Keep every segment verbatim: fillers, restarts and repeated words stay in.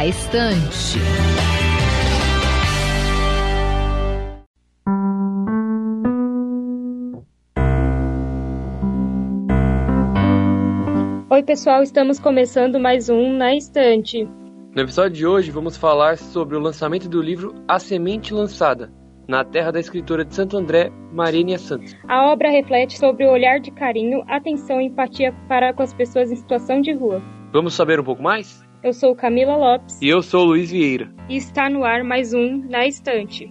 Na Estante. Oi pessoal, estamos começando mais um Na Estante. No episódio de hoje vamos falar sobre o lançamento do livro A Semente Lançada, na terra da escritora de Santo André, Marínia Santos. A obra reflete sobre o olhar de carinho, atenção e empatia para com as pessoas em situação de rua. Vamos saber um pouco mais? Eu sou Camila Lopes. E eu sou Luiz Vieira. E está no ar mais um Na Estante.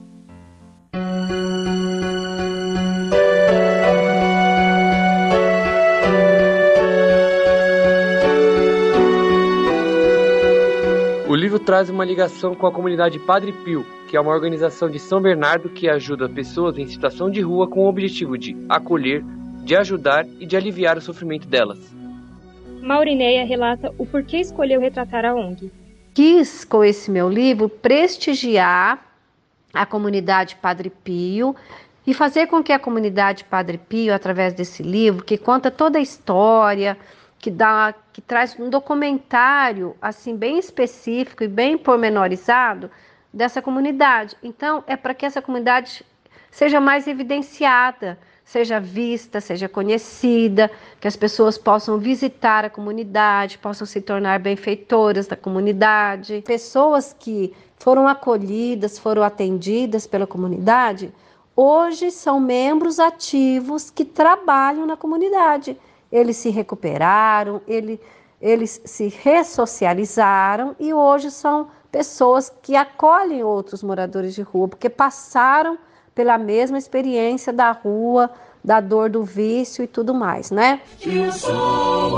O livro traz uma ligação com a comunidade Padre Pio, que é uma organização de São Bernardo que ajuda pessoas em situação de rua com o objetivo de acolher, de ajudar e de aliviar o sofrimento delas. Maurineia relata o porquê escolheu retratar a O N G. Quis, com esse meu livro, prestigiar a comunidade Padre Pio e fazer com que a comunidade Padre Pio, através desse livro, que conta toda a história, que, dá, que traz um documentário assim bem específico e bem pormenorizado dessa comunidade. Então, é para que essa comunidade seja mais evidenciada, seja vista, seja conhecida, que as pessoas possam visitar a comunidade, possam se tornar benfeitoras da comunidade. Pessoas que foram acolhidas, foram atendidas pela comunidade, hoje são membros ativos que trabalham na comunidade. Eles se recuperaram, ele, eles se ressocializaram e hoje são pessoas que acolhem outros moradores de rua, porque passaram pela mesma experiência da rua, da dor do vício e tudo mais, né? Que o sol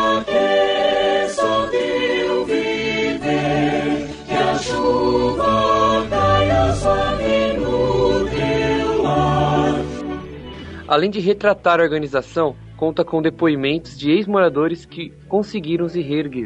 aqueça o teu viver, que a chuva caia suave no teu lar. Além de retratar a organização, conta com depoimentos de ex-moradores que conseguiram se reerguer.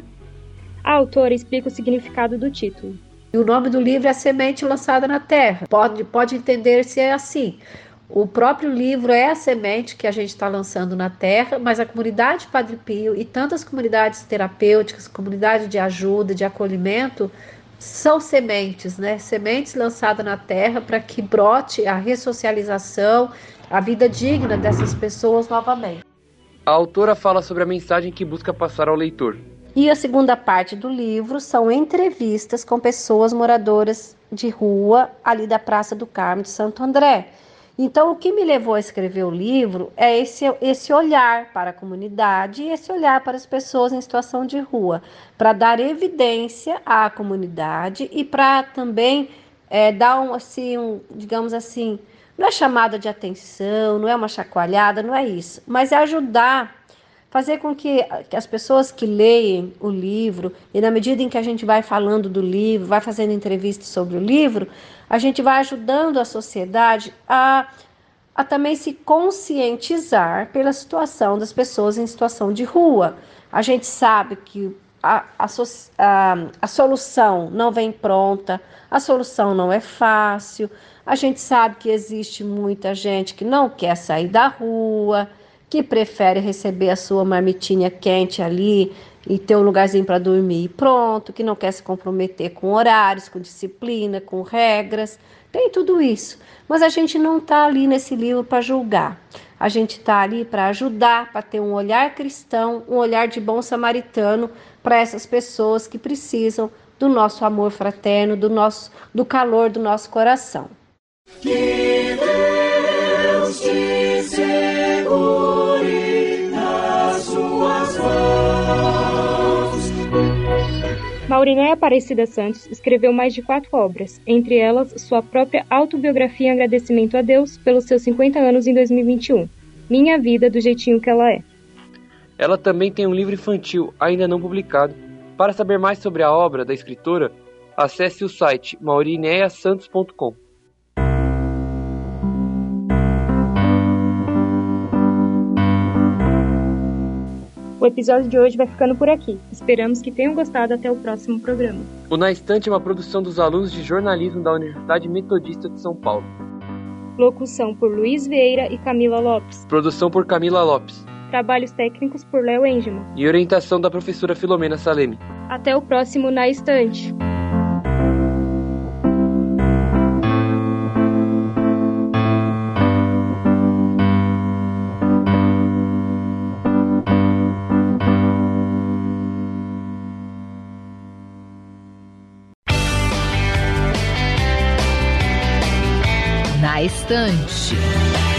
A autora explica o significado do título. E o nome do livro é Semente Lançada na Terra. Pode, pode entender-se assim. O próprio livro é a semente que a gente está lançando na Terra, mas a comunidade Padre Pio e tantas comunidades terapêuticas, comunidades de ajuda, de acolhimento, são sementes, né? Sementes lançadas na Terra para que brote a ressocialização, a vida digna dessas pessoas novamente. A autora fala sobre a mensagem que busca passar ao leitor. E a segunda parte do livro são entrevistas com pessoas moradoras de rua ali da Praça do Carmo de Santo André. Então, o que me levou a escrever o livro é esse, esse olhar para a comunidade e esse olhar para as pessoas em situação de rua, para dar evidência à comunidade e para também é, dar um, assim, um, digamos assim, não é chamada de atenção, não é uma chacoalhada, não é isso, mas é ajudar, fazer com que, que as pessoas que leem o livro, e na medida em que a gente vai falando do livro, vai fazendo entrevistas sobre o livro, a gente vai ajudando a sociedade a, a também se conscientizar pela situação das pessoas em situação de rua. A gente sabe que a, a, a, a solução não vem pronta, a solução não é fácil. A gente sabe que existe muita gente que não quer sair da rua, que prefere receber a sua marmitinha quente ali e ter um lugarzinho para dormir e pronto, que não quer se comprometer com horários, com disciplina, com regras. Tem tudo isso. Mas a gente não está ali nesse livro para julgar. A gente está ali para ajudar, para ter um olhar cristão, um olhar de bom samaritano para essas pessoas que precisam do nosso amor fraterno, do, nosso, do calor do nosso coração. Que Deus te segure nas suas mãos. Maurineia Aparecida Santos escreveu mais de quatro obras, entre elas sua própria autobiografia em agradecimento a Deus pelos seus cinquenta anos em dois mil e vinte e um, Minha Vida do Jeitinho que Ela É. Ela também tem um livro infantil, ainda não publicado. Para saber mais sobre a obra da escritora, acesse o site maurineia santos ponto com. O episódio de hoje vai ficando por aqui. Esperamos que tenham gostado. Até o próximo programa. O Na Estante é uma produção dos alunos de jornalismo da Universidade Metodista de São Paulo. Locução por Luiz Vieira e Camila Lopes. Produção por Camila Lopes. Trabalhos técnicos por Léo Engelmann. E orientação da professora Filomena Salemi. Até o próximo Na Estante. na estante.